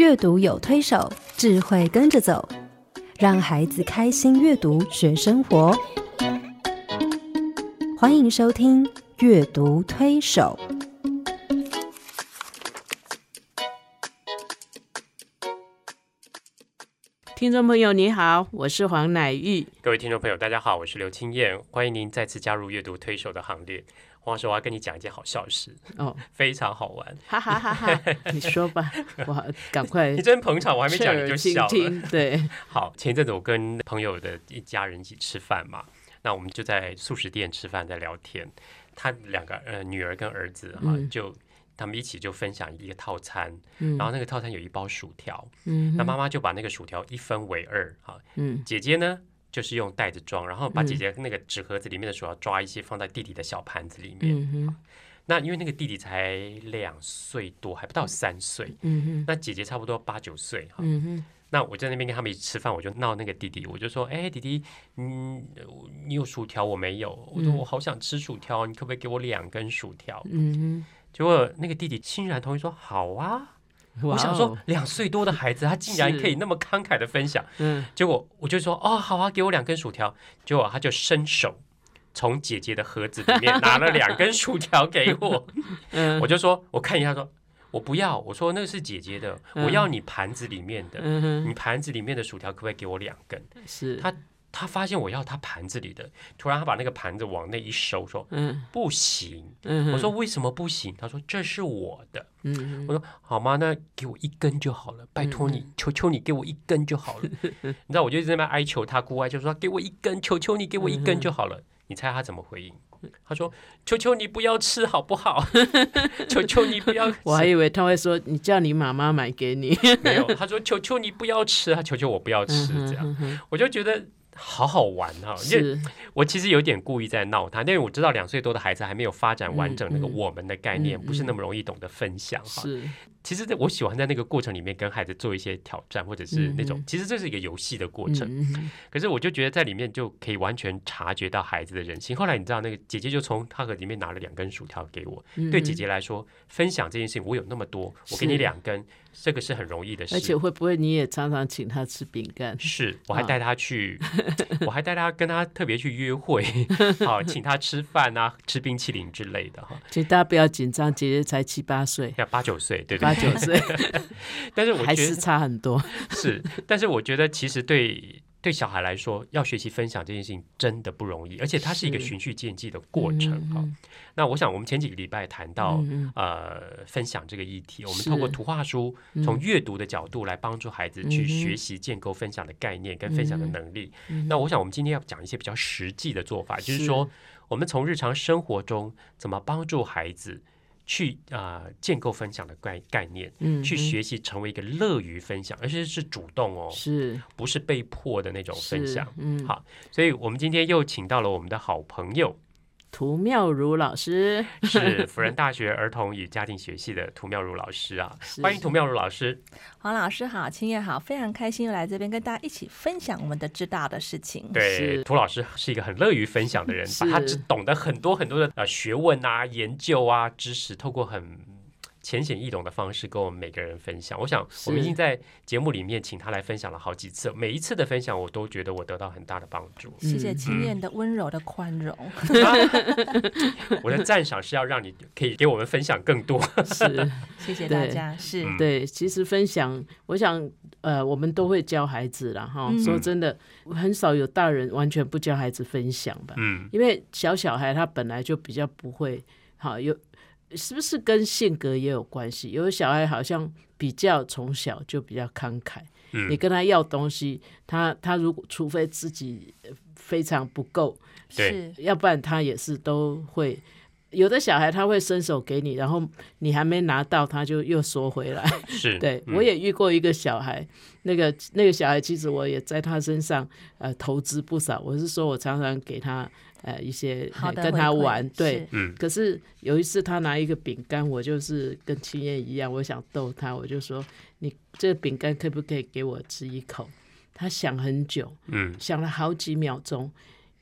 阅读有推手，智慧跟着走，让孩子开心阅读学生活。欢迎收听阅读推手。 听众朋友你好，我是黄乃玉。 各位听众朋友大家好，我是刘清燕，欢迎您再次加入阅读推手的行列。黄老师，我要跟你讲一件好笑的事哦，非常好玩， 哈哈哈哈！你说吧，我赶快。 你真捧场，我还没讲你就笑了。 对， 好，前一阵子我跟朋友的一家人一起吃饭嘛，那我们就在素食店吃饭，在聊天。他两个女儿跟儿子就他们一起就分享一个套餐，然后那个套餐有一包薯条，那妈妈就把那个薯条一分为二，姐姐呢就是用袋子装，然后把姐姐那个纸盒子里面的薯条抓一些放在弟弟的小盘子里面。那因为那个弟弟才2岁多，还不到3岁，那姐姐差不多8、9岁。那我在那边跟他们一起吃饭，我就闹那个弟弟，我就说：“弟弟，你有薯条，我没有。我说我好想吃薯条，你可不可以给我2根薯条？”结果那个弟弟欣然同意说：“好啊。”我想说，2岁多的孩子，他竟然可以那么慷慨的分享。结果我就说：“哦，好啊，给我2根薯条。”结果他就伸手从姐姐的盒子里面拿了2根薯条给我。我就说：“我看一下，说我不要。”我说：“那是姐姐的，我要你盘子里面的。你盘子里面的薯条可不可以给我2根？”是他发现我要他盘子里的，突然他把那个盘子往内一收，说：“不行。”我说：“为什么不行？”他说：“这是我的。”我说：“好吗？那给我1根就好了，拜托你，求求你给我1根就好了。”你知道，我就一直在那边哀求他，哭哀求说：“给我1根，求求你给我1根就好了。”你猜他怎么回应？他说：“求求你不要吃好不好？求求你不要吃。” 我还以为他会说：“你叫你妈妈买给你。” 没有，他说：“求求你不要吃。”他求求我不要吃，这样我就觉得好好玩哈。因为我其实有点故意在闹他，因为我知道2岁多的孩子还没有发展完整那个我们的概念，不是那么容易懂得分享哈。其实我喜欢在那个过程里面跟孩子做一些挑战，或者是那种其实这是一个游戏的过程，可是我就觉得在里面就可以完全察觉到孩子的人性。后来你知道那个姐姐就从她盒里面拿了2根薯条给我，对姐姐来说分享这件事情，我有那么多，我给你2根，这个是很容易的事。 而且会不会你也常常请她吃饼干？ 是，我还带她去我还带她跟她特别去约会请她吃饭啊，吃冰淇淋之类的。 其实大家不要紧张，姐姐才7、8岁， 要8、9岁，对对 8、9岁但是我觉得还是差很多。 是，但是我觉得其实对小孩来说，要学习分享这件事情真的不容易，而且它是一个循序渐进的过程。那我想我们前几个礼拜谈到分享这个议题，我们透过图画书，从阅读的角度来帮助孩子去学习建构分享的概念跟分享的能力。那我想我们今天要讲一些比较实际的做法，就是说我们从日常生活中怎么帮助孩子去建构分享的概念，去学习成为一个乐于分享，而且是主动哦，不是被迫的那种分享。好，所以我们今天又请到了我们的好朋友涂妙如老师， 是辅仁大学儿童与家庭学系的涂妙如老师啊，欢迎涂妙如老师。 黄老师好，清燕好，非常开心又来这边跟大家一起分享我们的知道的事情。 对，涂老师是一个很乐于分享的人，把他懂得很多很多的学问啊、研究啊、知识，透过很浅显易懂的方式跟我们每个人分享。我想我们已经在节目里面请他来分享了好几次，每一次的分享我都觉得我得到很大的帮助。 谢谢清燕的温柔的宽容。 我的赞赏是要让你可以给我们分享更多。 是， 谢谢大家。是， 对，其实分享，我想我们都会教孩子啦哈。说真的，很少有大人完全不教孩子分享吧。因为小孩他本来就比较不会，是不是跟性格也有关系？有的小孩好像比较从小就比较慷慨，你跟他要东西，他除非自己非常不够， 是， 要不然他也是都会。有的小孩他会伸手给你，然后你还没拿到他就又缩回来。 是， 对，我也遇过一个小孩，那个小孩其实我也在他身上投资不少。我是说我常常给他一些跟他玩，对，可是有一次他拿一个饼干，我就是跟青燕一样，我想逗他，我就说你这个饼干可不可以给我吃1口？他想很久，想了好几秒钟，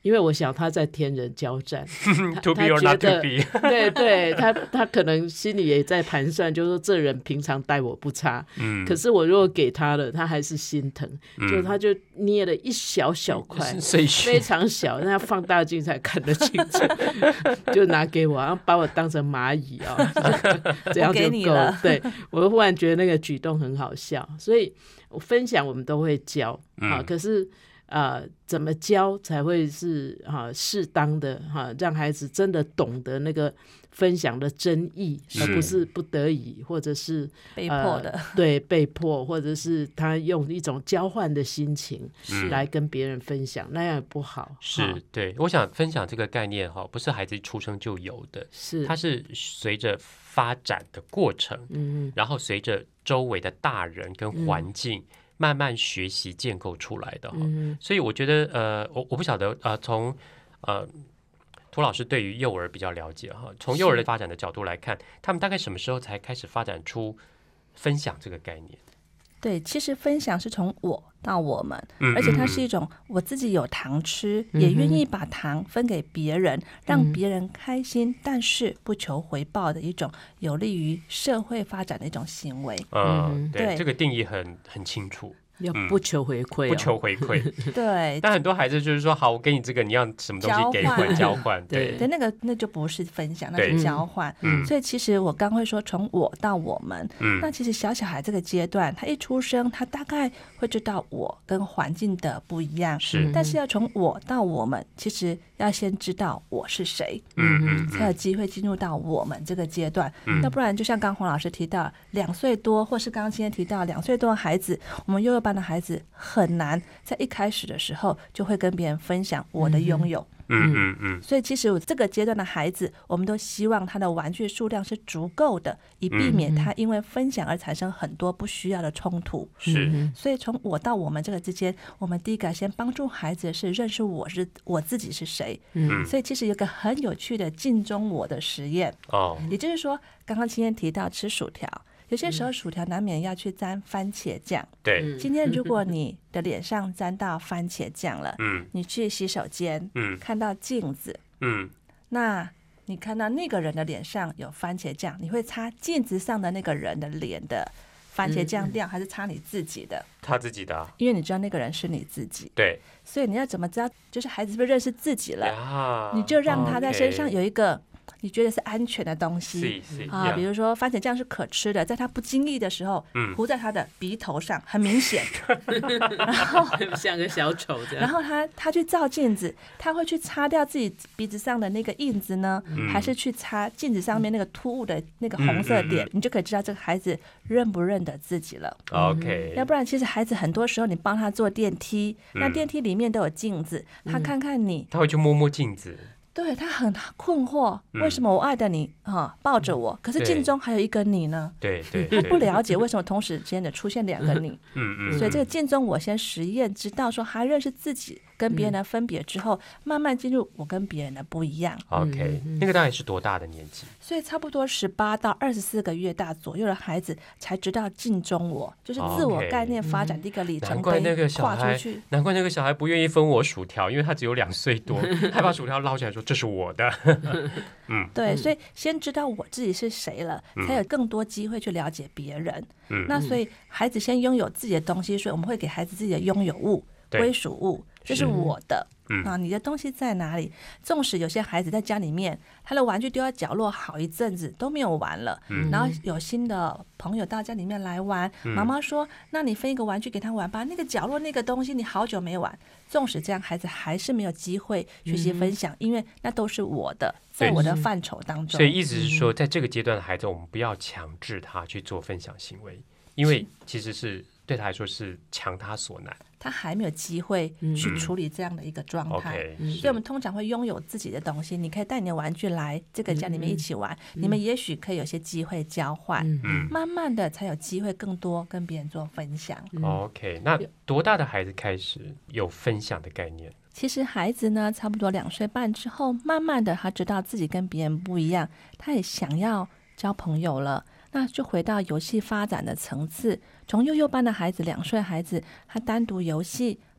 因为我想他在天人交战 ，to be or not to be， 对对，他可能心里也在盘算，就是说这人平常待我不差，可是我如果给他了，他还是心疼，就他就捏了一小小块，非常小，让他放大镜才看得清楚，就拿给我，然后把我当成蚂蚁这样就够了。对，我忽然觉得那个举动很好笑，所以我分享我们都会教可是怎么教才会是适当的让孩子真的懂得那个分享的真意，而不是不得已或者是被迫的对，被迫，或者是他用一种交换的心情来跟别人分享，那样也不好。 是，对，我想分享这个概念不是孩子出生就有的， 是它是随着发展的过程，然后随着周围的大人跟环境慢慢学习建构出来的所以我觉得我不晓得从涂老师对于幼儿比较了解从幼儿的发展的角度来看，他们大概什么时候才开始发展出分享这个概念？ 对，其实分享是从我到我们，而且它是一种我自己有糖吃，也愿意把糖分给别人，让别人开心，但是不求回报的一种有利于社会发展的一种行为。 对，这个定义很清楚。 要不求回馈不求回馈对， 但很多孩子就是说好，我给你这个，你要什么东西给我交换对，那就不是分享，那是交换所以其实我刚会说从我到我们那其实小孩这个阶段，他一出生他大概会知道我跟环境的不一样，但是要从我到我们，其实要先知道我是谁才有机会进入到我们这个阶段要不然就像刚黄老师提到2岁多，或是刚刚今天提到2岁多的孩子，我们幼儿班的孩子很难在一开始的时候就会跟别人分享我的拥有所以其实这个阶段的孩子，我们都希望他的玩具数量是足够的，以避免他因为分享而产生很多不需要的冲突所以从我到我们这个之间，我们第一个先帮助孩子是认识我自己是谁所以其实有个很有趣的镜中我的实验也就是说刚刚今天提到吃薯条，有些时候薯条难免要去沾番茄酱对， 今天如果你的脸上沾到番茄酱了你去洗手间看到镜子那你看到那个人的脸上有番茄酱，你会擦镜子上的那个人的脸的番茄酱料还是擦你自己的？ 他自己的因为你知道那个人是你自己对， 所以你要怎么知道就是孩子是不是认识自己了你就让他在身上有一个你觉得是安全的东西比如说番茄酱是可吃的，在他不经意的时候糊在他的鼻头上很明显然后像个小丑这样， 然后他去照镜子，他会去擦掉自己鼻子上的那个印子呢还是去擦镜子上面那个突兀的那个红色点你就可以知道这个孩子认不认得自己了 OK 要不然其实孩子很多时候你帮他坐电梯那电梯里面都有镜子他看看你他会去摸摸镜子对他很困惑为什么我爱的你抱着我可是镜中还有一个你呢对他不了解为什么同时间的出现2个你所以这个镜中我先实验直到说他认识自己跟别人的分别之后慢慢进入我跟别人的不一样 OK 那个大概是多大的年纪？ 所以差不多18到24个月大左右的孩子才知道镜中我就是自我概念发展的一个里程碑跨出去难怪那个小孩不愿意分我薯条，因为他只有2岁多还把薯条捞起来说这是我的对，所以先知道我自己是谁了才有更多机会去了解别人那所以孩子先拥有自己的东西，所以我们会给孩子自己的拥有物归属物，这是我的你的东西在哪里？纵使有些孩子在家里面他的玩具丢在角落好一阵子都没有玩了然后有新的朋友到家里面来玩妈妈说那你分一个玩具给他玩吧，那个角落那个东西你好久没玩，纵使这样孩子还是没有机会学习分享因为那都是我的，在我的范畴当中。 所以意思是说在这个阶段的孩子我们不要强制他去做分享行为，因为其实是对他来说是强他所难， 他还没有机会去处理这样的一个状态所以我们通常会拥有自己的东西，你可以带你的玩具来这个家里面一起玩你们也许可以有些机会交换慢慢的才有机会更多跟别人做分享 OK 那多大的孩子开始有分享的概念？ 其实孩子呢差不多2岁半之后慢慢的他知道自己跟别人不一样，他也想要交朋友了，那就回到游戏发展的层次，从幼幼班的孩子2岁孩子他单独游戏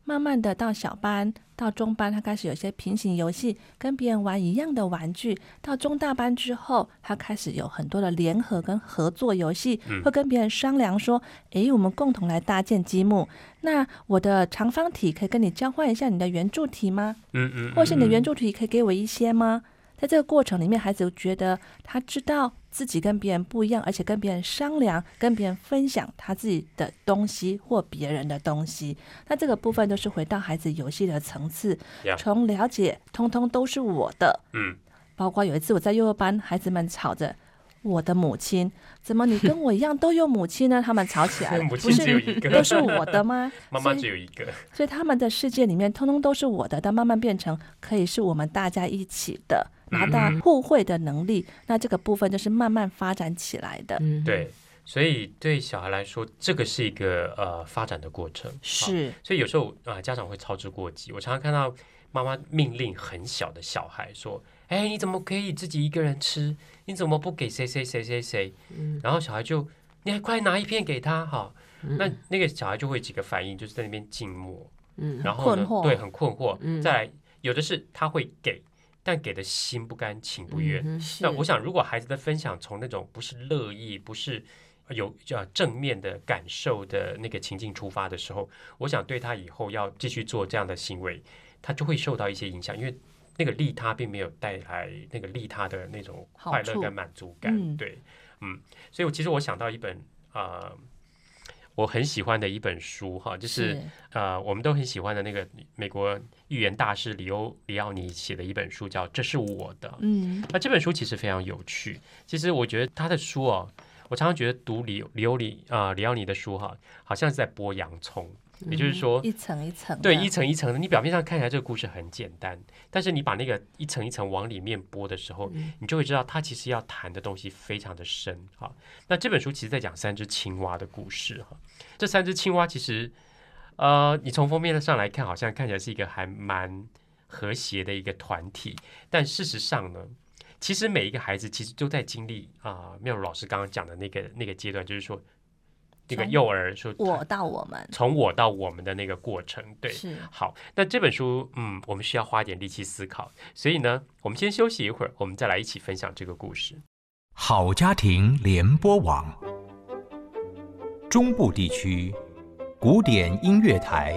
慢慢的到小班到中班，他开始有些平行游戏，跟别人玩一样的玩具，到中大班之后，他开始有很多的联合跟合作游戏，会跟别人商量说，我们共同来搭建积木，那我的长方体可以跟你交换一下你的圆柱体吗？或是你的圆柱体可以给我一些吗？在这个过程里面，孩子觉得他知道自己跟别人不一样，而且跟别人商量，跟别人分享他自己的东西或别人的东西。那这个部分都是回到孩子游戏的层次，从了解通通都是我的。包括有一次我在幼儿班，孩子们吵着我的母亲，怎么你跟我一样都有母亲呢？他们吵起来了， 母亲只有一个， 都是我的吗？ 妈妈只有一个， 所以他们的世界里面通通都是我的，但慢慢变成可以是我们大家一起的，拿到互惠的能力，那这个部分就是慢慢发展起来的。 对，所以对小孩来说，这个是一个发展的过程。 是， 所以有时候家长会操之过急。我常常看到妈妈命令很小的小孩说：“哎，你怎么可以自己一个人吃？你怎么不给谁谁谁谁谁？”然后小孩就你还快拿一片给他哈。那个小孩就会几个反应，就是在那边静默，然后呢，对，很困惑。再来，有的是他会给，但给的心不甘情不愿。那我想，如果孩子的分享从那种不是乐意，不是有正面的感受的那个情境出发的时候，我想对他以后要继续做这样的行为，他就会受到一些影响，因为那个利他并没有带来那个利他的那种快乐跟满足感。对，所以其实我想到一本我很喜欢的一本书哈，就是我们都很喜欢的那个美国寓言大师里奥尼写的一本书叫《这是我的》。那这本书其实非常有趣。其实我觉得他的书我常常觉得读里奥尼的书好像是在剥洋葱。也就是说， 一层一层的， 对，一层一层的。你表面上看起来这个故事很简单，但是你把那个一层一层往里面剥的时候，你就会知道它其实要谈的东西非常的深。那这本书其实在讲3只青蛙的故事。这3只青蛙其实，你从封面上来看，好像看起来是一个还蛮和谐的一个团体，但事实上呢，其实每一个孩子其实都在经历妙如老师刚刚讲的那个阶段，就是说。这个幼儿说我到我们， 从我到我们的那个过程，对， 是好。那这本书，我们需要花一点力气思考，所以呢，我们先休息一会儿，我们再来一起分享这个故事。 好家庭联播网，中部地区古典音乐台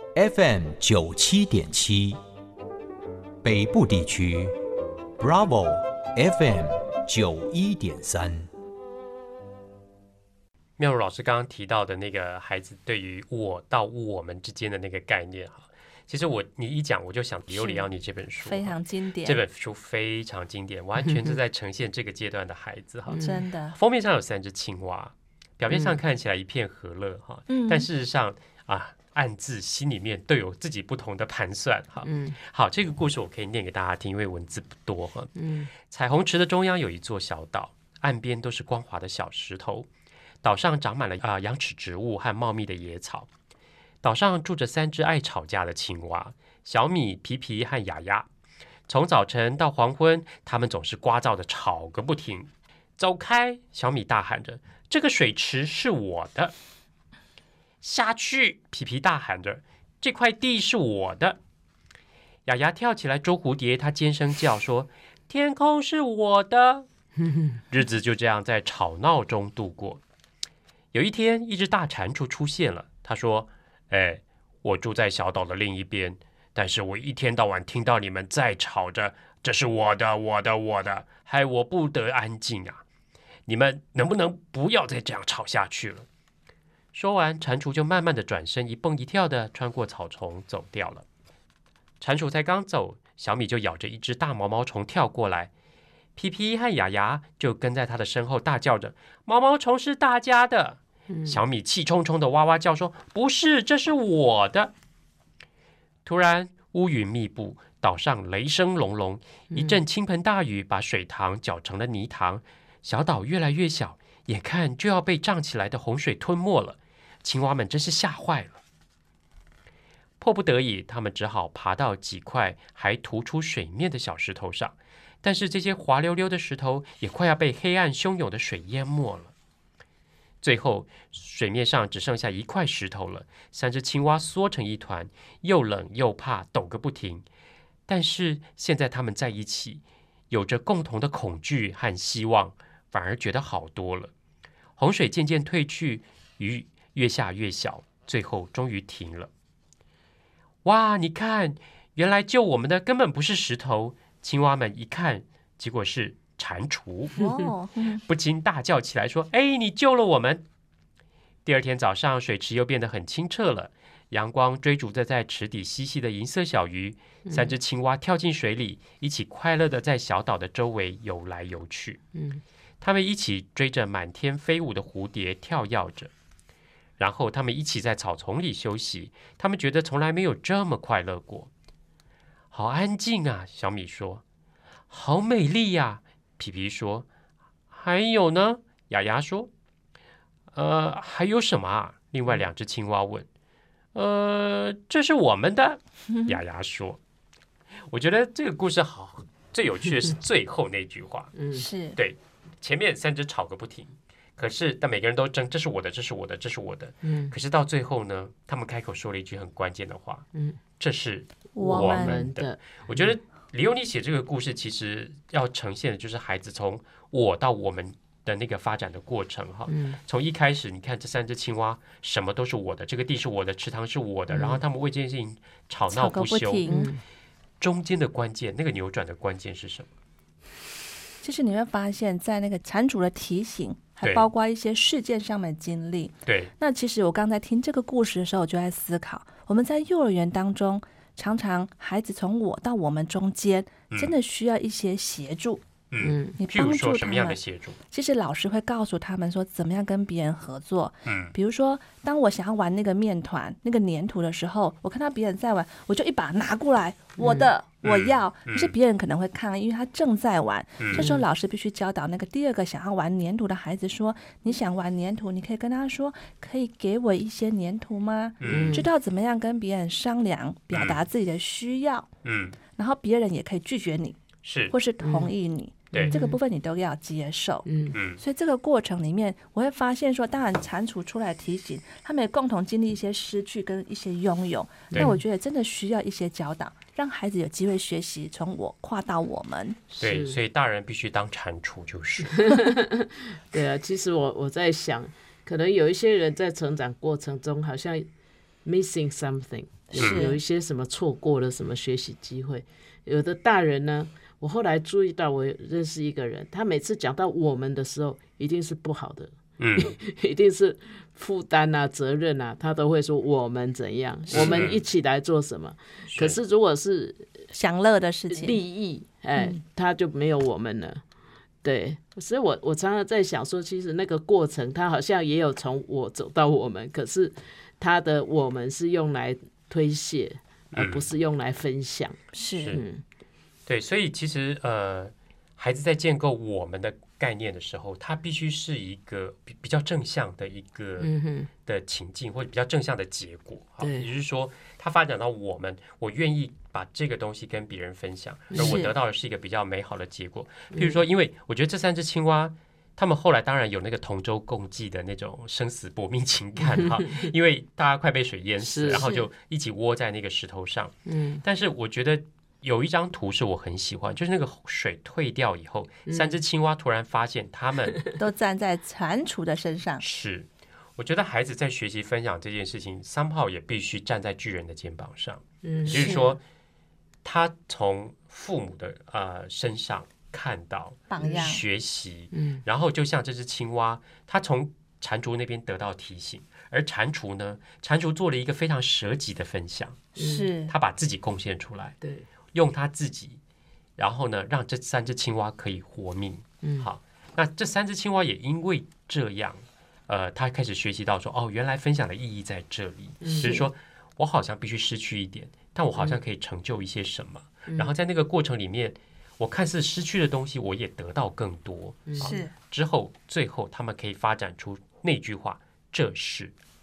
FM97.7， 北部地区 Bravo FM91.3。 妙如老师刚刚提到的那个孩子对于我到我们之间的那个概念其实你一讲我就想里奥尼这本书非常经典， 这本书非常经典，完全是在呈现这个阶段的孩子真的。 封面上有3只青蛙，表面上看起来一片和乐但事实上暗自心里面都有自己不同的盘算好，这个故事我可以念给大家听，因为文字不多彩虹池的中央有一座小岛，岸边都是光滑的小石头。岛上长满了羊齿植物和茂密的野草。岛上住着3只爱吵架的青蛙，小米、皮皮和雅雅。从早晨到黄昏，他们总是聒噪的吵个不停。走开！小米大喊着：“这个水池是我的！”下去！皮皮大喊着：“这块地是我的！”雅雅跳起来捉蝴蝶，她尖声叫说：“天空是我的！”日子就这样在吵闹中度过。有一天，一只大蟾蜍出现了。他说：“我住在小岛的另一边，但是我一天到晚听到你们在吵着，这是我的，我的，我的，害我不得安静啊！你们能不能不要再这样吵下去了？”说完，蟾蜍就慢慢的转身，一蹦一跳的穿过草丛走掉了。蟾蜍才刚走，小米就咬着一只大毛毛虫跳过来。皮皮和雅雅就跟在他的身后大叫着：“毛毛虫是大家的！”小米气冲冲的哇哇叫说：“不是，这是我的！”突然乌云密布，岛上雷声隆隆，一阵倾盆大雨把水塘搅成了泥塘，小岛越来越小，眼看就要被涨起来的洪水吞没了。青蛙们真是吓坏了。迫不得已，他们只好爬到几块还突出水面的小石头上，但是这些滑溜溜的石头也快要被黑暗汹涌的水淹没了。 最后水面上只剩下一块石头了，3只青蛙缩成一团，又冷又怕，抖个不停。但是现在他们在一起，有着共同的恐惧和希望，反而觉得好多了。洪水渐渐退去，雨越下越小，最后终于停了。哇，你看，原来救我们的根本不是石头。青蛙们一看，结果是蟾蜍，不禁大叫起来说：哎，你救了我们！第二天早上，水池又变得很清澈了，阳光追逐着在池底嬉戏的银色小鱼，3只青蛙跳进水里，一起快乐的在小岛的周围游来游去。他们一起追着满天飞舞的蝴蝶跳跃着，然后他们一起在草丛里休息，他们觉得从来没有这么快乐过。好安静啊，小米说。好美丽呀，皮皮说。还有呢，雅雅说。还有什么啊？另外2只青蛙问。这是我们的，雅雅说。我觉得这个故事好，最有趣的是最后那句话。 是对，前面3只吵个不停，可是但每个人都争，这是我的，这是我的，这是我的。可是到最后呢，他们开口说了一句很关键的话。这是我们的。我觉得李欧尼写这个故事，其实要呈现的就是孩子从我到我们的那个发展的过程哈。从一开始，你看这3只青蛙，什么都是我的，这个地是我的，池塘是我的，然后他们为这件事情吵闹不休。中间的关键，那个扭转的关键是什么？ 其实你会发现在那个蟾蜍的提醒，还包括一些事件上面的经历。 对。 那其实我刚才听这个故事的时候，我就在思考，我们在幼儿园当中，常孩子从我到我们中间，真的需要一些协助。你譬如说什么样的协助？ 其实老师会告诉他们说怎么样跟别人合作。比如说当我想要玩那个面团那个粘土的时候，我看到别人在玩，我就一把拿过来，我的我要。可是别人可能会抗议，因为他正在玩。这时候老师必须教导那个第2个想要玩粘土的孩子说，你想玩粘土，你可以跟他说，可以给我一些粘土吗？知道怎么样跟别人商量，表达自己的需要。然后别人也可以拒绝你，或是同意你。这个部分你都要接受。所以这个过程里面，我会发现说，当然蟾蜍出来提醒，他们也共同经历一些失去跟一些拥有。但我觉得真的需要一些教导，让孩子有机会学习从我跨到我们。 对，所以大人必须当蟾蜍就是。 对啊，其实我在想，可能有一些人在成长过程中好像 missing something， 有一些什么错过了什么学习机会。有的大人呢，我后来注意到，我认识一个人，他每次讲到我们的时候，一定是不好的，一定是负担啊、责任啊，他都会说我们怎样，我们一起来做什么。可是如果是享乐的事情、 利益，他就没有我们了。对，所以我常常在想说，其实那个过程，他好像也有从我走到我们，可是他的我们是用来推卸，而不是用来分享。 对，所以其实孩子在建构我们的概念的时候，它必须是一个比较正向的一个的情境，或者比较正向的结果。也就是说，它发展到我愿意把这个东西跟别人分享，而我得到的是一个比较美好的结果。譬如说，因为我觉得这3只青蛙，他们后来当然有那个同舟共济的那种生死搏命情感哈，因为大家快被水淹死，然后就一起窝在那个石头上。但是我觉得有一张图是我很喜欢，就是那个水退掉以后，3只青蛙突然发现他们都站在蟾蜍的身上。 是，我觉得孩子在学习分享这件事情，somehow也必须站在巨人的肩膀上。就是说，他从父母的身上看到榜样学习，然后就像这只青蛙，他从蟾蜍那边得到提醒，而蟾蜍呢，蟾蜍做了一个非常舍己的分享，他把自己贡献出来， 对， 用他自己，然后呢，让这3只青蛙可以活命。好，那这3只青蛙也因为这样，他开始学习到说，哦，原来分享的意义在这里，就是说我好像必须失去一点，但我好像可以成就一些什么，然后在那个过程里面，我看似失去的东西，我也得到更多。 是之后，最后他们可以发展出那句话：“这是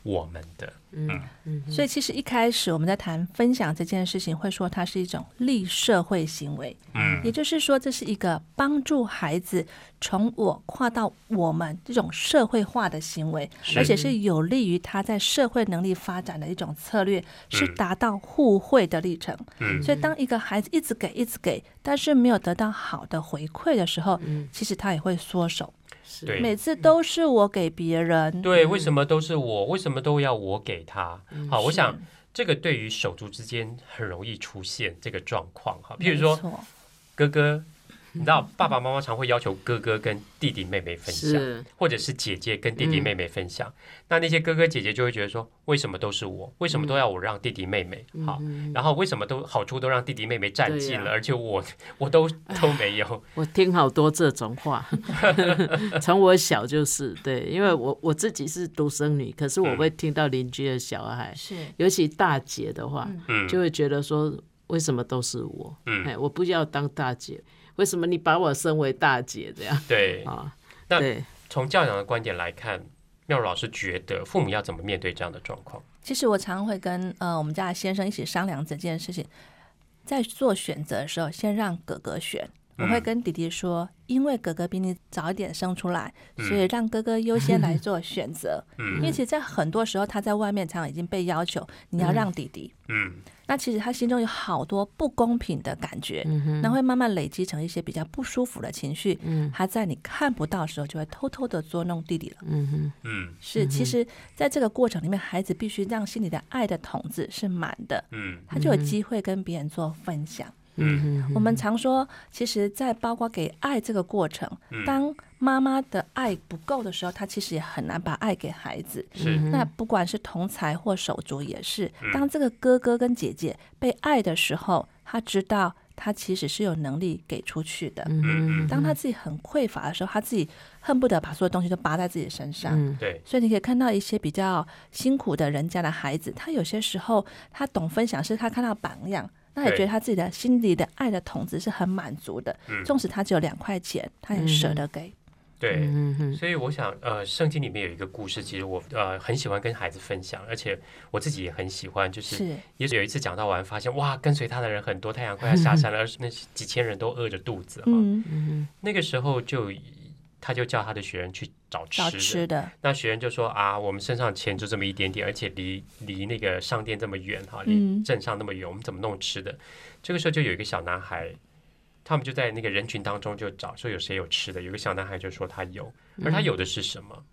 我们的。 所以其实一开始我们在谈分享这件事情，会说它是一种利社会行为，也就是说这是一个帮助孩子从我跨到我们这种社会化的行为，而且是有利于他在社会能力发展的一种策略，是达到互惠的历程。所以当一个孩子一直给，但是没有得到好的回馈的时候，其实他也会缩手。 对， 每次都是我给别人， 对，为什么都是我？为什么都要我给他？好，我想这个对于手足之间很容易出现这个状况。哈，譬如说哥哥，你知道爸爸妈妈常会要求哥哥跟弟弟妹妹分享，或者是姐姐跟弟弟妹妹分享。那些哥哥姐姐就会觉得说，为什么都是我？为什么都要我让弟弟妹妹？好，然后为什么都好处都让弟弟妹妹占尽了，而且我都没有。 我听好多这种话，从我小就是对，因为我自己是独生女，可是我会听到邻居的小孩，尤其大姐的话，就会觉得说，为什么都是我？我不要当大姐。为什么你把我升为大姐这样？ 对啊，那从教养的观点来看，妙如老师觉得父母要怎么面对这样的状况？ 其实我常会跟我们家的先生一起商量这件事情，在做选择的时候，先让哥哥选。我会跟弟弟说，因为哥哥比你早一点生出来，所以让哥哥优先来做选择。因为其实在很多时候他在外面常常已经被要求你要让弟弟，那其实他心中有好多不公平的感觉，那会慢慢累积成一些比较不舒服的情绪，他在你看不到的时候就会偷偷的捉弄弟弟了。是，其实在这个过程里面，孩子必须让心里的爱的桶子是满的，他就有机会跟别人做分享。我们常说，其实在包括给爱这个过程，当妈妈的爱不够的时候，她其实也很难把爱给孩子。那不管是同才或手足也是，当这个哥哥跟姐姐被爱的时候，他知道他其实是有能力给出去的。当他自己很匮乏的时候，他自己恨不得把所有东西都扒在自己身上。 对， 所以你可以看到一些比较辛苦的人家的孩子，他有些时候他懂分享，是他看到榜样，那也觉得他自己的心里的爱的桶子是很满足的，纵使他只有2块钱，他也舍得给。 对，所以我想，圣经里面有一个故事，其实我很喜欢跟孩子分享，而且我自己也很喜欢。就是耶稣有一次讲到完，发现哇，跟随他的人很多，太阳快要下山了，那几千人都饿着肚子哈。那个时候他就叫他的学生去找吃的。那学生就说啊，我们身上钱就这么一点点，而且离那个商店这么远哈，离镇上那么远，我们怎么弄吃的？这个时候就有一个小男孩。他们就在那个人群当中就找说有谁有吃的，有个小男孩就说他有，而他有的是什么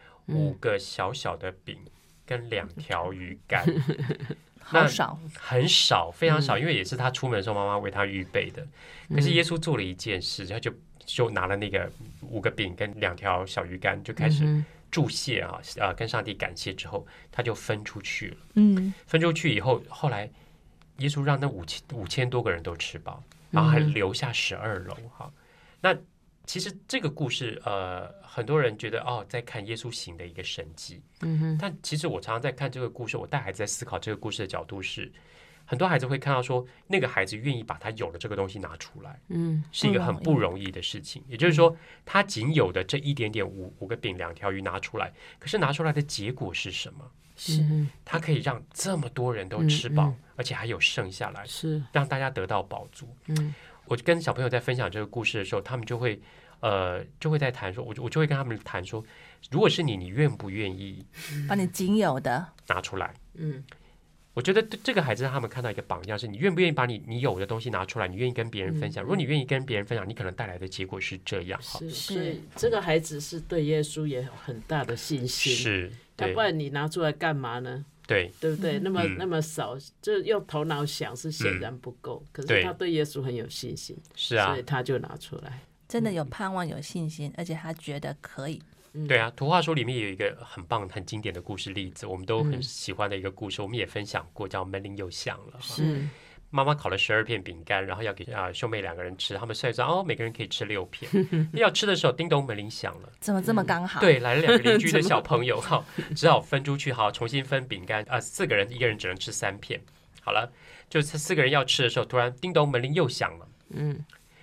？5个小小的饼跟2条鱼干， 好少， 很少，非常少，因为也是他出门的时候妈妈为他预备的。可是耶稣做了一件事，他就拿了那个5个饼跟2条小鱼干，就开始祝谢啊，跟上帝感谢之后，他就分出去了。分出去以后，后来耶稣让那5000多个人都吃饱。然后还留下12楼哈，那其实这个故事很多人觉得在看耶稣行的一个神迹，但其实我常常在看这个故事，我带孩子在思考这个故事的角度是，很多孩子会看到说，那个孩子愿意把他有的这个东西拿出来，是一个很不容易的事情。也就是说，他仅有的这一点点5个饼2条鱼拿出来，可是拿出来的结果是什么？ 是他可以让这么多人都吃饱，而且还有剩下来， 是让大家得到饱足。我跟小朋友在分享这个故事的时候，他们就会在谈说，我就会跟他们谈说，如果是你愿不愿意把你仅有的拿出来？我觉得这个孩子让他们看到一个榜样，是你愿不愿意把你有的东西拿出来，你愿意跟别人分享。如果你愿意跟别人分享，你可能带来的结果是这样。 是这个孩子是对耶稣也有很大的信心， 是， 要不然你拿出来干嘛呢？对不对？那么少，就用头脑想是显然不够，可是他对耶稣很有信心， 是啊， 所以他就拿出来， 真的有盼望、有信心，而且他觉得可以。 对啊，图画书里面有一个很棒、很经典的故事例子，我们都很喜欢的一个故事，我们也分享过，叫门铃又响了。 是妈妈烤了12片饼干，然后要给兄妹2个人吃，他们算一算，每个人可以吃6片。要吃的时候，叮咚门铃响了， 怎么这么刚好？ 对，来了2个邻居的小朋友，只好分出去，重新分饼干4个人1个人只能吃3片。好了，就4个人要吃的时候，突然叮咚门铃又响了。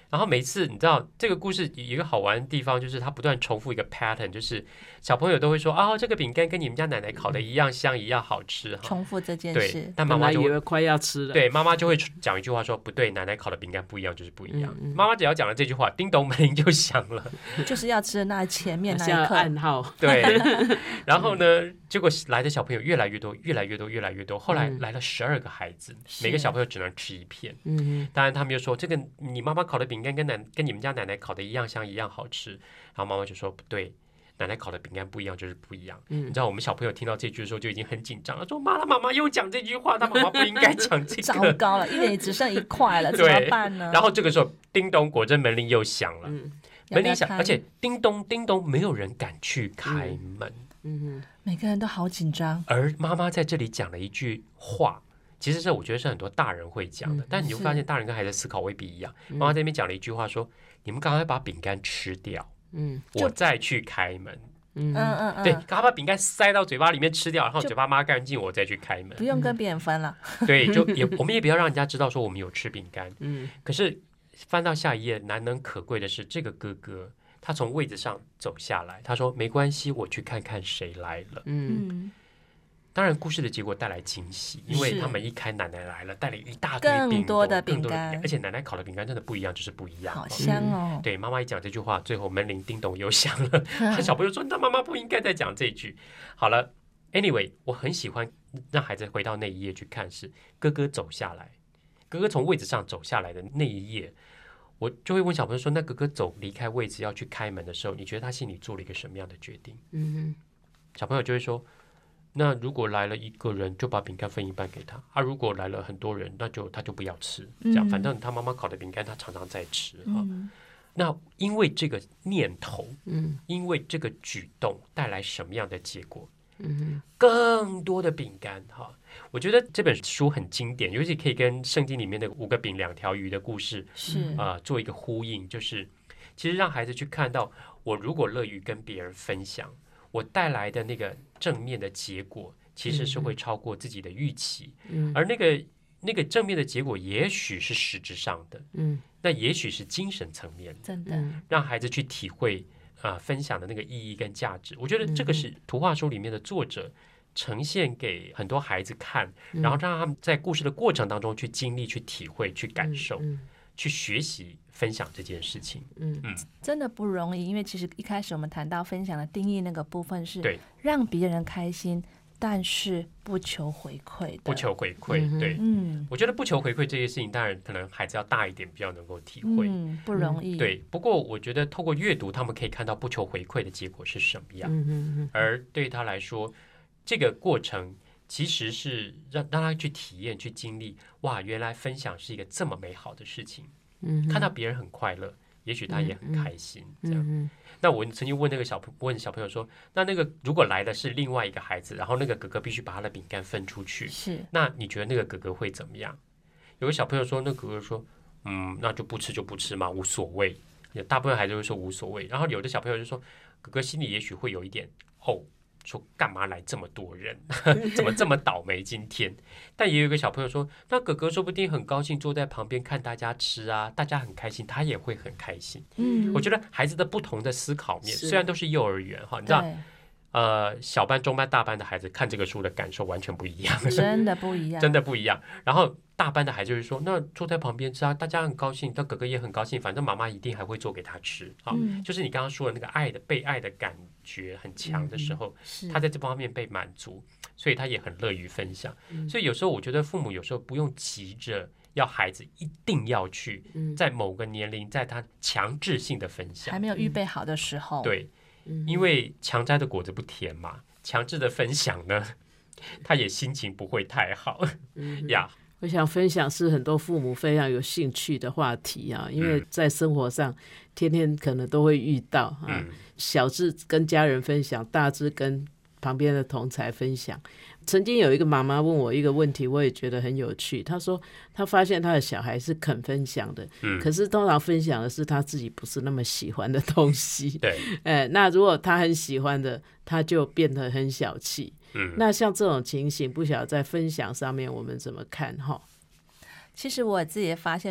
然后每次你知道这个故事有一个好玩的地方，就是它不断重复一个 pattern， 就是小朋友都会说这个饼干跟你们家奶奶烤的一样香一样好吃， 重复这件事。 对，但妈妈就以为快要吃了， 对，妈妈就会讲一句话说不对，奶奶烤的饼干不一样就是不一样。妈妈只要讲了这句话，叮咚门铃就响了， 就是要吃的那前面那一刻暗号。 对，然后呢，结果来的小朋友越来越多，越来越多，越来越多，后来来了12个孩子，每个小朋友只能吃1片。当然他们就说这个你妈妈烤的饼干跟你们家奶奶烤的一样香一样好吃，然后妈妈就说不对，奶奶烤的饼干不一样就是不一样。你知道我们小朋友听到这句的时候就已经很紧张了，说妈妈又讲这句话，他妈妈不应该讲这个。 糟糕了，一人只剩1块了，怎么办呢？ 然后这个时候叮咚，果真门铃又响了，门铃响，而且叮咚叮咚，没有人敢去开门。 每个人都好紧张。 而妈妈在这里讲了一句话，其实我觉得是很多大人会讲的，但你会发现大人跟孩子思考未必一样。妈妈在那边讲了一句话说，你们赶快把饼干吃掉，我再去开门。对，赶快把饼干塞到嘴巴里面吃掉，然后嘴巴抹干净，我再去开门， 不用跟别人分了。 对，我们也不要让人家知道说我们有吃饼干。可是翻到下一页，难能可贵的是这个哥哥他从位子上走下来，他说没关系，我去看看谁来了。当然故事的结果带来惊喜，因为他们一开奶奶来了，带了一大堆更多的饼干， 而且奶奶烤的饼干真的不一样，就是不一样， 好香哦。 对，妈妈一讲这句话，最后门铃叮咚又响了。小朋友说那妈妈不应该再讲这句。好了 anyway， 我很喜欢让孩子回到那一页去看，是哥哥走下来，哥哥从位置上走下来的那一页，我就会问小朋友说，那哥哥走离开位置要去开门的时候，你觉得他心里做了一个什么样的决定？小朋友就会说，那如果来了1个人，就把饼干分一半给他如果来了很多人，那他就不要吃，这样反正他妈妈烤的饼干他常常在吃那因为这个念头，因为这个举动带来什么样的结果？更多的饼干我觉得这本书很经典，尤其可以跟圣经里面的5个饼2条鱼的故事做一个呼应，就是其实让孩子去看到，我如果乐于跟别人分享，我带来的那个正面的结果其实是会超过自己的预期，而那个正面的结果也许是实质上的，那也许是精神层面的， 真的让孩子去体会分享的那个意义跟价值。我觉得这个是图画书里面的作者呈现给很多孩子看，然后让他们在故事的过程当中去经历、去体会、去感受、去学习分享这件事情。 真的不容易，因为其实一开始我们谈到分享的定义那个部分是让别人开心，但是不求回馈的。 不求回馈，对，我觉得不求回馈这些事情，当然可能孩子要大一点比较能够体会， 不容易。 对，不过我觉得透过阅读，他们可以看到不求回馈的结果是什么样，而对他来说，这个过程其实是让他去体验、去经历。哇，原来分享是一个这么美好的事情。看到别人很快乐，也许他也很开心。这样，那我曾经问小朋友说，那个如果来的是另外一个孩子，然后那个哥哥必须把他的饼干分出去，那你觉得那个哥哥会怎么样？有个小朋友说，那哥哥说，那就不吃就不吃嘛，无所谓。大部分孩子会说无所谓，然后有的小朋友就说，哥哥心里也许会有一点说干嘛来这么多人怎么这么倒霉今天。但也有一个小朋友说，那哥哥说不定很高兴坐在旁边看大家吃大家很开心，他也会很开心。我觉得孩子的不同的思考面，虽然都是幼儿园你知道小班、中班、大班的孩子看这个书的感受完全不一样， 真的不一样， 真的不一样。然后大班的孩子就是说，那坐在旁边吃大家很高兴，但哥哥也很高兴，反正妈妈一定还会做给他吃就是你刚刚说的那个被爱的感觉很强的时候，他在这方面被满足，所以他也很乐于分享。所以有时候我觉得父母有时候不用急着要孩子一定要去在某个年龄在他强制性的分享， 还没有预备好的时候， 对，因为强摘的果子不甜嘛，强制的分享呢，他也心情不会太好呀。 我想分享是很多父母非常有兴趣的话题因为在生活上天天可能都会遇到小至跟家人分享，大至跟旁边的同侪分享。曾经有一个妈妈问我一个问题，我也觉得很有趣。她说她发现她的小孩是肯分享的，可是通常分享的是她自己不是那么喜欢的东西。 对， 那如果她很喜欢的，她就变得很小气。那像这种情形，不晓得在分享上面我们怎么看？ 其实我自己也发现说，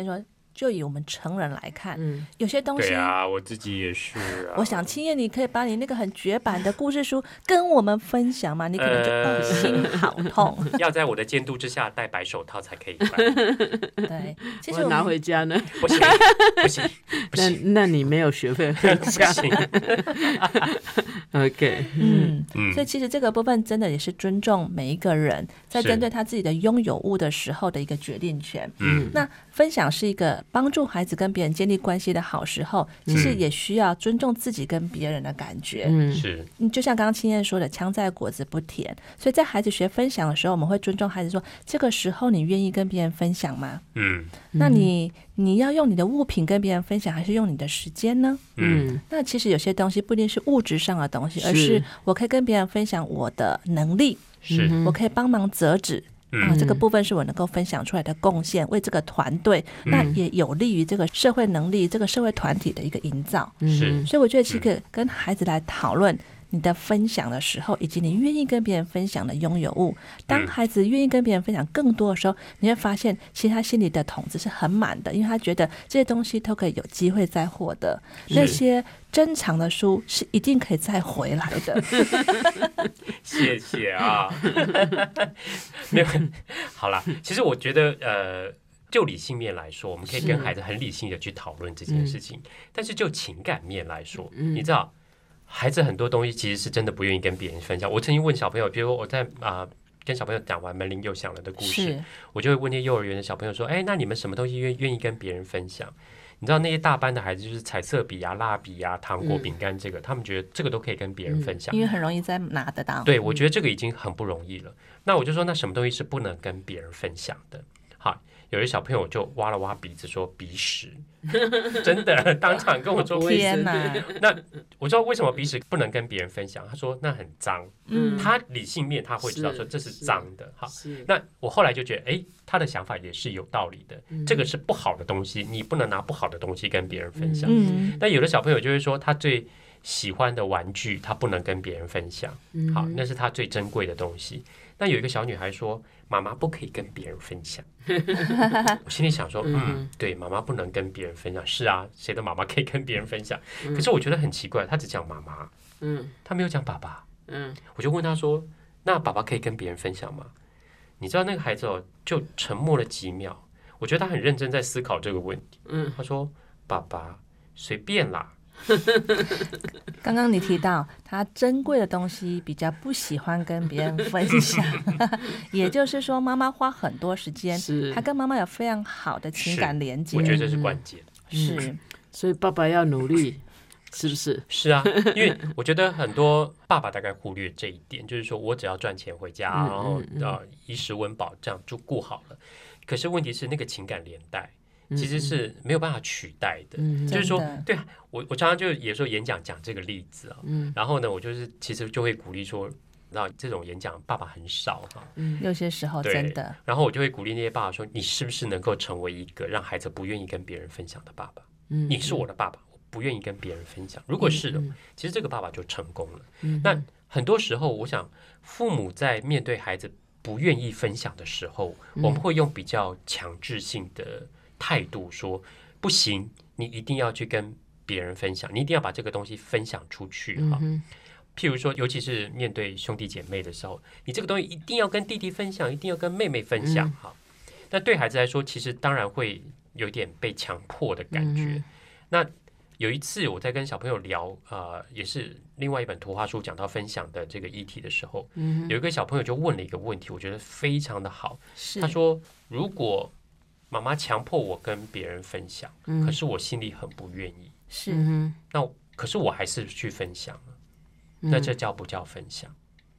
就以我们成人来看，有些东西， 对啊，我自己也是啊。 我想青叶，你可以把你那个很绝版的故事书跟我们分享吗？你可能就心好痛。 要在我的监督之下戴白手套才可以翻。 对，其实我拿回家呢， 不行不行， 那你没有学费分享。OK， 所以其实这个部分真的也是尊重每一个人在针对他自己的拥有物的时候的一个决定权。那分享是一个帮助孩子跟别人建立关系的好时候，其实也需要尊重自己跟别人的感觉。 是， 就像刚刚青燕说的，枪在果子不甜，所以在孩子学分享的时候，我们会尊重孩子说，这个时候你愿意跟别人分享吗？那你要用你的物品跟别人分享，还是用你的时间呢？那其实有些东西不一定是物质上的东西，而是我可以跟别人分享我的能力，我可以帮忙折纸。这个部分是我能够分享出来的贡献，为这个团队，那也有利于这个社会能力、这个社会团体的一个营造。所以我觉得这个跟孩子来讨论你的分享的时候，以及你愿意跟别人分享的拥有物。当孩子愿意跟别人分享更多的时候，你会发现其实他心里的桶子是很满的，因为他觉得这些东西都可以有机会再获得，那些珍藏的书是一定可以再回来的。 谢谢啊。没有，好啦，其实我觉得就理性面来说，我们可以跟孩子很理性的去讨论这件事情，但是就情感面来说，你知道孩子很多东西其实是真的不愿意跟别人分享。我曾经问小朋友，比如我在跟小朋友讲完门铃又响了的故事，我就会问那些幼儿园的小朋友说，那你们什么东西愿意跟别人分享？你知道那些大班的孩子就是彩色笔啊、蜡笔啊、糖果、饼干，这个他们觉得这个都可以跟别人分享， 因为很容易再拿得到。 对，我觉得这个已经很不容易了。那我就说，那什么东西是不能跟别人分享的？好，有些小朋友就挖了挖鼻子说鼻屎，真的当场跟我说天哪！ 那我知道为什么鼻屎不能跟别人分享，他说那很脏。他理性面他会知道说这是脏的。好，那我后来就觉得，他的想法也是有道理的。这个是不好的东西，你不能拿不好的东西跟别人分享。那有的小朋友就会说，他最喜欢的玩具他不能跟别人分享。好，那是他最珍贵的东西。那有一个小女孩说，妈妈不可以跟别人分享。我心里想说，对，妈妈不能跟别人分享。是啊，谁的妈妈可以跟别人分享？可是我觉得很奇怪，她只讲妈妈，她没有讲爸爸。我就问她说，那爸爸可以跟别人分享吗？你知道那个孩子就沉默了几秒，我觉得他很认真在思考这个问题。他说，爸爸随便啦。 刚刚你提到他珍贵的东西比较不喜欢跟别人分享，也就是说妈妈花很多时间，他跟妈妈有非常好的情感连接， 我觉得这是关键。 是， 所以爸爸要努力，是不是？ 是啊，因为我觉得很多爸爸大概忽略这一点，就是说我只要赚钱回家，然后衣食温饱这样就顾好了。可是问题是那个情感连带其实是没有办法取代的。就是说，对我常常就有时候演讲讲这个例子啊，然后呢，我就是其实就会鼓励说，然后这种演讲爸爸很少哈， 有些时候真的。 然后我就会鼓励那些爸爸说，你是不是能够成为一个让孩子不愿意跟别人分享的爸爸？你是我的爸爸，我不愿意跟别人分享。如果是的，其实这个爸爸就成功了。那很多时候，我想父母在面对孩子不愿意分享的时候，我们会用比较强制性的态度说，不行，你一定要去跟别人分享，你一定要把这个东西分享出去哈。譬如说，尤其是面对兄弟姐妹的时候，你这个东西一定要跟弟弟分享，一定要跟妹妹分享哈。那对孩子来说，其实当然会有点被强迫的感觉。那有一次我在跟小朋友聊也是另外一本图画书讲到分享的这个议题的时候，有一个小朋友就问了一个问题，我觉得非常的好。他说，如果妈妈强迫我跟别人分享，可是我心里很不愿意， 是那可是我还是去分享了，那这叫不叫分享？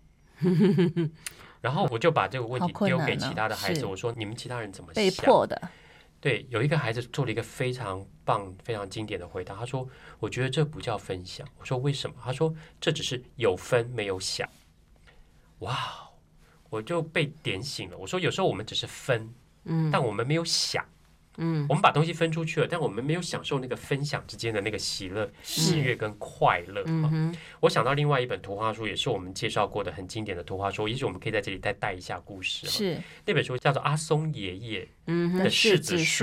然后我就把这个问题丢给其他的孩子，我说你们其他人怎么想？ 被迫的。 对，有一个孩子做了一个非常棒、非常经典的回答，他说：“我觉得这不叫分享。”我说：“为什么？”他说：“这只是有分没有享。”哇，我就被点醒了。我说：“有时候我们只是分，但我们没有享。我们把东西分出去了，但我们没有享受那个分享之间的那个喜悦跟快乐。我想到另外一本图画书，也是我们介绍过的很经典的图画书，也许我们可以在这里再带一下故事。 是那本书叫做《阿松爷爷的柿子树》。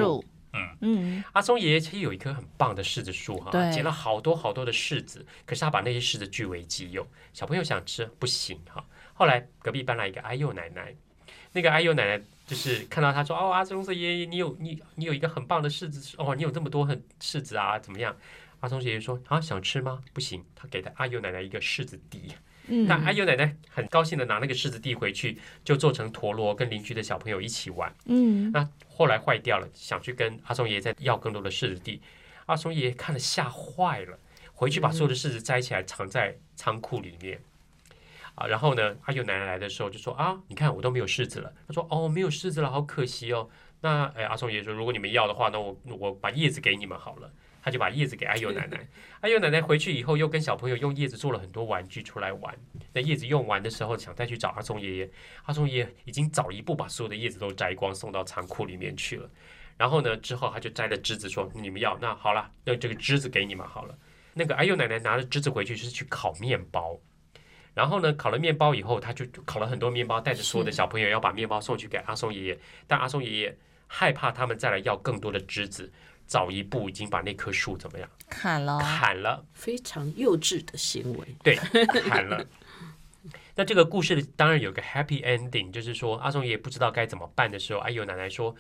阿松爷爷其实有一棵很棒的柿子树哈，结了好多好多的柿子，可是他把那些柿子据为己有，小朋友想吃不行哈。后来隔壁搬来一个阿幼奶奶，那个阿幼奶奶就是看到他说阿松爷爷你有一个很棒的柿子你有这么多柿子啊怎么样？阿松爷爷说想吃吗？不行，他给他阿幼奶奶一个柿子地。那阿幼奶奶很高兴的拿那个柿子地回去，就做成陀螺，跟邻居的小朋友一起玩。那后来坏掉了，想去跟阿松爷爷再要更多的柿子地。阿松爷爷看了吓坏了，回去把所有的柿子摘起来藏在仓库里面。然后呢，阿幼奶奶来的时候就说你看我都没有柿子了。他说没有柿子了，好可惜哦。那阿松爷爷说，如果你们要的话，那我把叶子给你们好了。他就把叶子给阿幼奶奶，阿幼奶奶回去以后又跟小朋友用叶子做了很多玩具出来玩。那叶子用完的时候，想再去找阿松爷爷，阿松爷爷已经早一步把所有的叶子都摘光，送到仓库里面去了。然后呢，之后他就摘了枝子说：“你们要那好了，那这个枝子给你们好了。”那个阿幼奶奶拿着枝子回去是去烤面包，然后呢，烤了面包以后，他就烤了很多面包，带着所有的小朋友要把面包送去给阿松爷爷，但阿松爷爷害怕他们再来要更多的枝子。早一步已经把那棵树怎么样砍了， 非常幼稚的行为。 对，砍了。那这个故事当然有个 happy ending， 就是说阿松爷爷不知道该怎么办的时候，阿幼奶奶说：“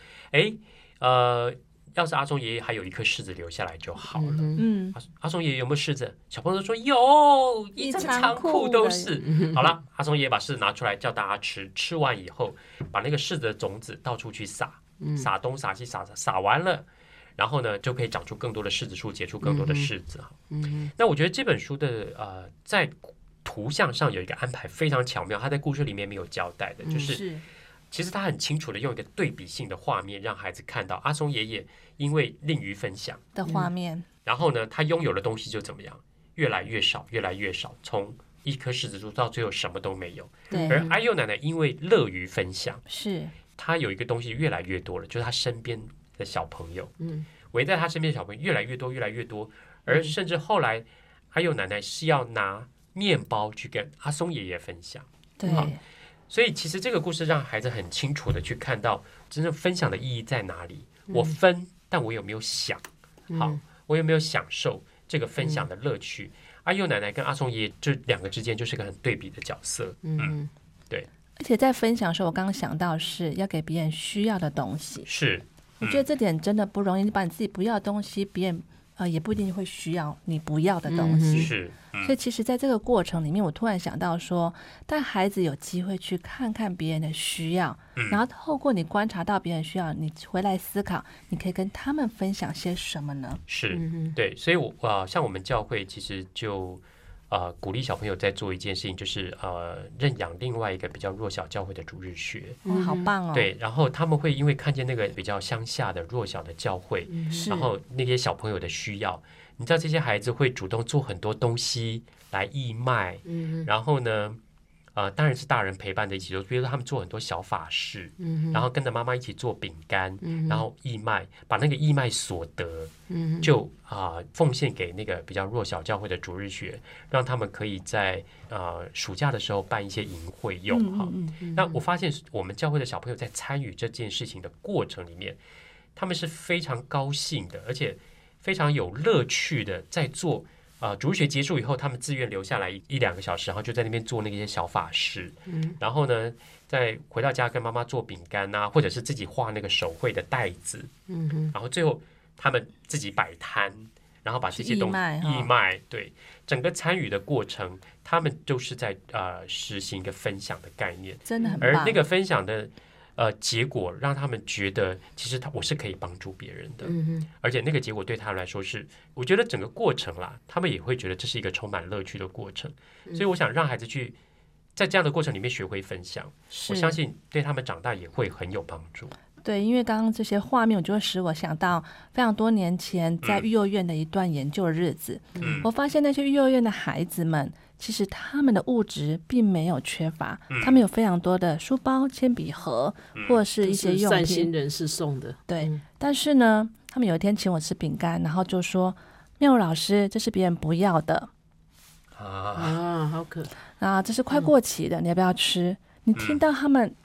要是阿松爷爷还有一颗柿子留下来就好了。”阿松爷爷有没有柿子？小朋友说有，一整仓库都是。好了，阿松爷爷把柿子拿出来叫大家吃，吃完以后把那个柿子的种子到处去撒，撒东撒西，撒完了。然后呢，就可以长出更多的柿子树，结出更多的柿子。那我觉得这本书的在图像上有一个安排非常巧妙，他在故事里面没有交代的，就是其实他很清楚的用一个对比性的画面，让孩子看到阿松爷爷因为吝于分享的画面， 然后呢，他拥有的东西就怎么样，越来越少，越来越少，从一棵柿子树到最后什么都没有。而阿幼奶奶因为乐于分享，他有一个东西越来越多了，就是他身边的小朋友，围在他身边的小朋友越来越多，越来越多，而甚至后来阿幼奶奶是要拿面包去跟阿松爷爷分享。 对， 所以其实这个故事让孩子很清楚的去看到真正分享的意义在哪里。我分，但我有没有想？好，我有没有享受这个分享的乐趣？阿幼奶奶跟阿松爷爷这两个之间就是个很对比的角色。对。 而且在分享的时候，我刚刚想到是要给别人需要的东西。 是。 我觉得这点真的不容易，你把你自己不要的东西，别人也不一定会需要你不要的东西。 是， 所以其实在这个过程里面，我突然想到说，当孩子有机会去看看别人的需要，然后透过你观察到别人需要，你回来思考，你可以跟他们分享些什么呢？ 是，对，所以像我们教会其实就鼓励小朋友在做一件事情，就是认养另外一个比较弱小教会的主日学。 好棒哦！ 对，然后他们会因为看见那个比较乡下的弱小的教会，然后那些小朋友的需要，你知道这些孩子会主动做很多东西来义卖，然后呢，当然是大人陪伴的一起做，比如说他们做很多小法事，然后跟着妈妈一起做饼干，然后义卖，把那个义卖所得，就奉献给那个比较弱小教会的主日学，让他们可以在暑假的时候办一些营会用。那我发现我们教会的小朋友在参与这件事情的过程里面，他们是非常高兴的，而且非常有乐趣的在做。主日学结束以后，他们自愿留下来1-2个小时，然后就在那边做那些小法事。然后呢，再回到家跟妈妈做饼干啊，或者是自己画那个手绘的袋子。然后最后他们自己摆摊，然后把这些东西义卖。对，整个参与的过程，他们都是在实行一个分享的概念， 真的很棒。 而那个分享的结果让他们觉得其实我是可以帮助别人的，而且那个结果对他们来说是，我觉得整个过程啦，他们也会觉得这是一个充满乐趣的过程。所以我想让孩子去在这样的过程里面学会分享，我相信对他们长大也会很有帮助。 对，因为刚刚这些画面，我就会使我想到非常多年前在育幼院的一段研究的日子。我发现那些育幼院的孩子们，其实他们的物质并没有缺乏，他们有非常多的书包、铅笔盒，或者是一些用品， 善心人士送的。 对，但是呢，他们有一天请我吃饼干，然后就说：“妙如老师，这是别人不要的好可这是快过期的，你要不要吃？”你听到他们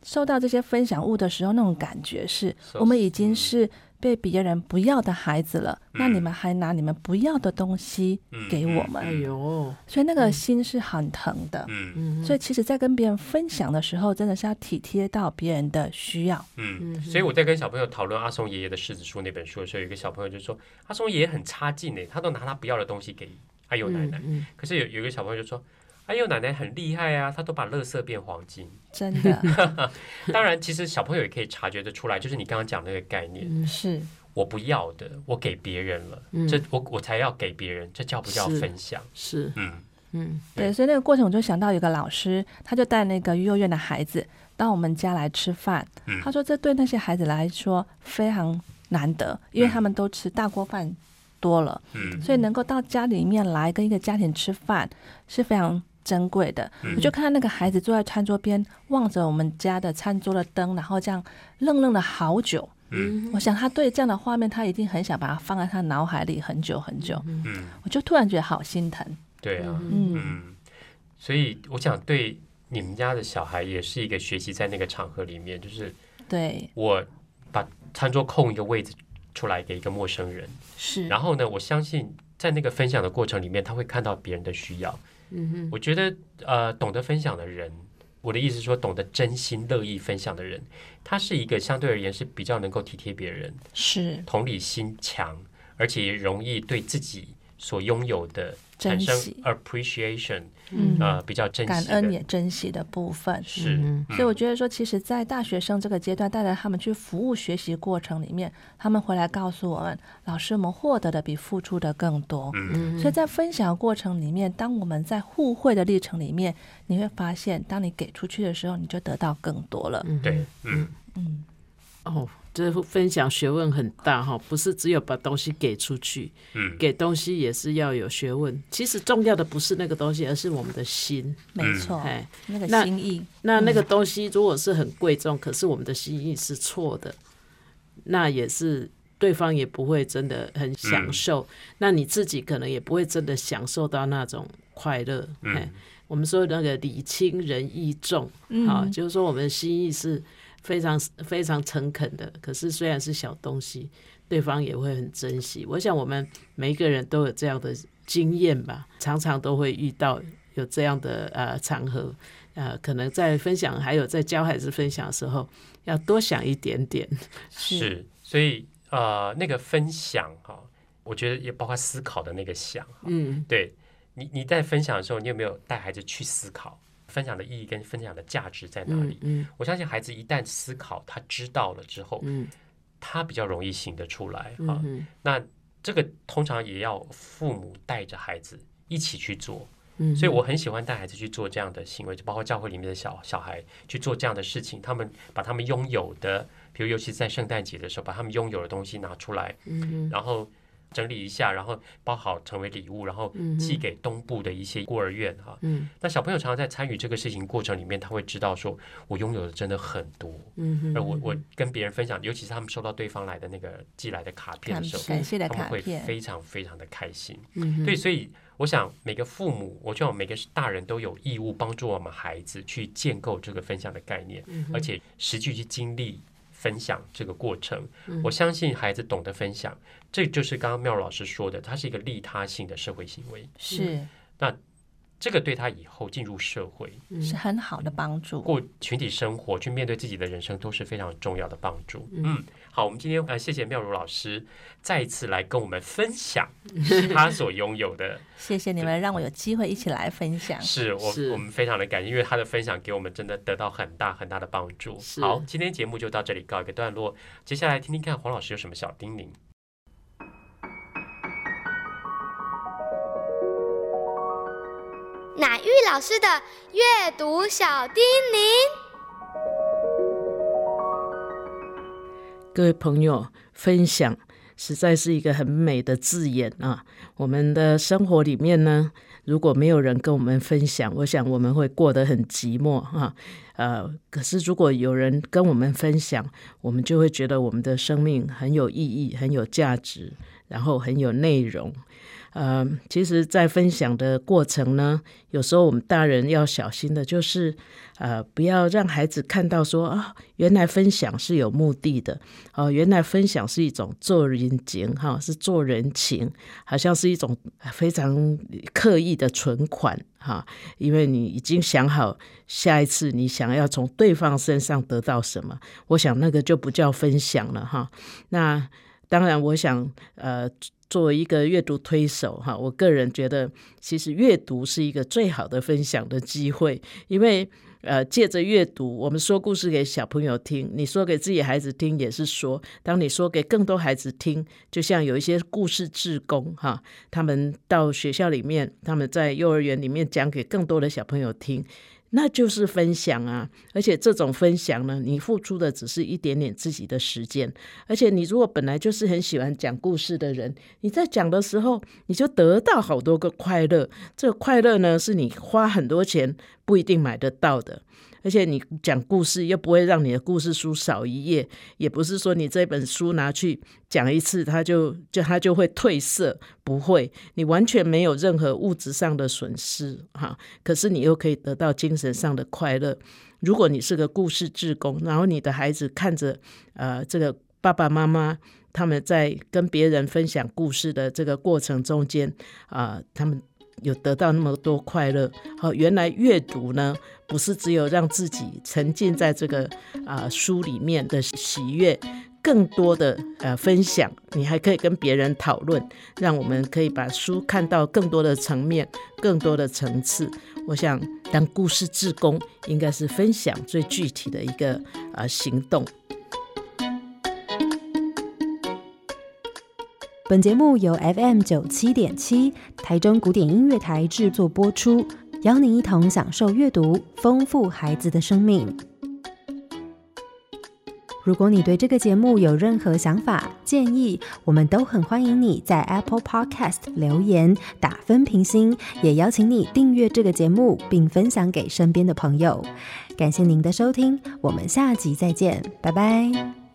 收到这些分享物的时候，那种感觉是我们已经是被别人不要的孩子了，那你们还拿你们不要的东西给我们， 哎呦， 所以那个心是很疼的。所以其实在跟别人分享的时候，真的是要体贴到别人的需要。 所以我在跟小朋友讨论阿松爷爷的柿子树那本书的时候，有一个小朋友就说阿松爷爷很差劲他都拿他不要的东西给阿佑奶奶，可是有一个小朋友就说阿佑奶奶很厉害啊，他都把垃圾变黄金。 真的当然其实小朋友也可以察觉得出来，就是你刚刚讲那个概念， 是我不要的我给别人了，这我才要给别人，这叫不叫分享？ 是对，所以那个过程我就想到有个老师，他就带那个幼儿园的孩子到我们家来吃饭，他说这对那些孩子来说非常难得，因为他们都吃大锅饭多了，所以能够到家里面来跟一个家庭吃饭是非常珍贵的。我就看到那个孩子坐在餐桌边，望着我们家的餐桌的灯，然后这样愣愣了好久。我想他对这样的画面，他一定很想把它放在他脑海里很久很久。我就突然觉得好心疼。 对啊，所以我想对你们家的小孩也是一个学习，在那个场合里面，就是对我把餐桌空一个位置出来给一个陌生人， 是， 然后呢，我相信在那个分享的过程里面，他会看到别人的需要。我觉得懂得分享的人，我的意思是说，懂得真心乐意分享的人，他是一个相对而言是比较能够体贴别人， 是同理心强，而且也容易对自己所拥有的产生 appreciation，比较珍惜的感恩也珍惜的部分。 是， 所以我觉得说，其实在大学生这个阶段，带着他们去服务学习过程里面，他们回来告诉我们，老师，我们获得的比付出的更多。所以在分享过程里面，当我们在互惠的历程里面，你会发现，当你给出去的时候，你就得到更多了。 对， 这分享学问很大哈，不是只有把东西给出去，给东西也是要有学问。其实重要的不是那个东西，而是我们的心。 没错，那个心意。 那个东西如果是很贵重，可是我们的心意是错的，那也是对方也不会真的很享受，那你自己可能也不会真的享受到那种快乐。我们说那个礼轻人意重，就是说我们的心意是非常非常诚恳的，可是虽然是小东西，对方也会很珍惜。我想我们每一个人都有这样的经验吧，常常都会遇到有这样的场合，可能在分享还有在教孩子分享的时候，要多想一点点。 是，所以那个分享我觉得也包括思考的那个想，对你在分享的时候，你有没有带孩子去思考？分享的意义跟分享的价值在哪里？我相信孩子一旦思考，他知道了之后，他比较容易行得出来。那这个通常也要父母带着孩子一起去做。所以我很喜欢带孩子去做这样的行为，就包括教会里面的小孩去做这样的事情。他们把他们拥有的，比如尤其是在圣诞节的时候，把他们拥有的东西拿出来，然后整理一下，然后包好成为礼物，然后寄给东部的一些孤儿院那小朋友常常在参与这个事情过程里面，他会知道说我拥有的真的很多。而我跟别人分享，尤其是他们收到对方来的那个寄来的卡片的时候， 感谢的卡片， 他们会非常非常的开心。对，所以我想每个父母，我觉得每个大人都有义务帮助我们孩子去建构这个分享的概念，而且实际去经历分享这个过程。我相信孩子懂得分享，这就是刚刚妙如老师说的，它是一个利他性的社会行为。 是， 那这个对他以后进入社会是很好的帮助， 过群体生活，去面对自己的人生都是非常重要的帮助。好，我们今天谢谢妙如老师再一次来跟我们分享他所拥有的。 谢谢你们让我有机会一起来分享。 是我们非常的感谢，因为他的分享给我们真的得到很大很大的帮助。好，今天节目就到这里告一个段落，接下来听听看黄老师有什么小叮咛。 乃玉老师的阅读小叮咛。 各位朋友，分享实在是一个很美的字眼啊！我们的生活里面呢，如果没有人跟我们分享，我想我们会过得很寂寞啊。可是如果有人跟我们分享，我们就会觉得我们的生命很有意义，很有价值。 然后很有内容。其实在分享的过程呢，有时候我们大人要小心的就是不要让孩子看到说原来分享是有目的的，原来分享是一种做人情，是做人情，好像是一种非常刻意的存款，因为你已经想好下一次你想要从对方身上得到什么，我想那个就不叫分享了。那当然我想作为一个阅读推手，我个人觉得其实阅读是一个最好的分享的机会，因为借着阅读，我们说故事给小朋友听，你说给自己孩子听也是说，当你说给更多孩子听，就像有一些故事志工他们到学校里面，他们在幼儿园里面讲给更多的小朋友听，那就是分享啊。而且这种分享呢，你付出的只是一点点自己的时间，而且你如果本来就是很喜欢讲故事的人，你在讲的时候你就得到好多个快乐，这个快乐呢是你花很多钱不一定买得到的，而且你讲故事又不会让你的故事书少一页，也不是说你这本书拿去讲一次它就会褪色，不会，你完全没有任何物质上的损失可是你又可以得到精神上的快乐。如果你是个故事志工，然后你的孩子看着这个爸爸妈妈他们在跟别人分享故事的这个过程中间他们有得到那么多快乐，原来阅读呢不是只有让自己沉浸在这个书里面的喜悦，更多的分享，你还可以跟别人讨论，让我们可以把书看到更多的层面，更多的层次。我想当故事志工应该是分享最具体的一个行动。 本节目由 FM97.7 台中古典音乐台制作播出，邀您一同享受阅读，丰富孩子的生命。如果你对这个节目有任何想法建议，我们都很欢迎你在 Apple Podcast 留言打分评星，也邀请你订阅这个节目并分享给身边的朋友。感谢您的收听，我们下集再见，拜拜。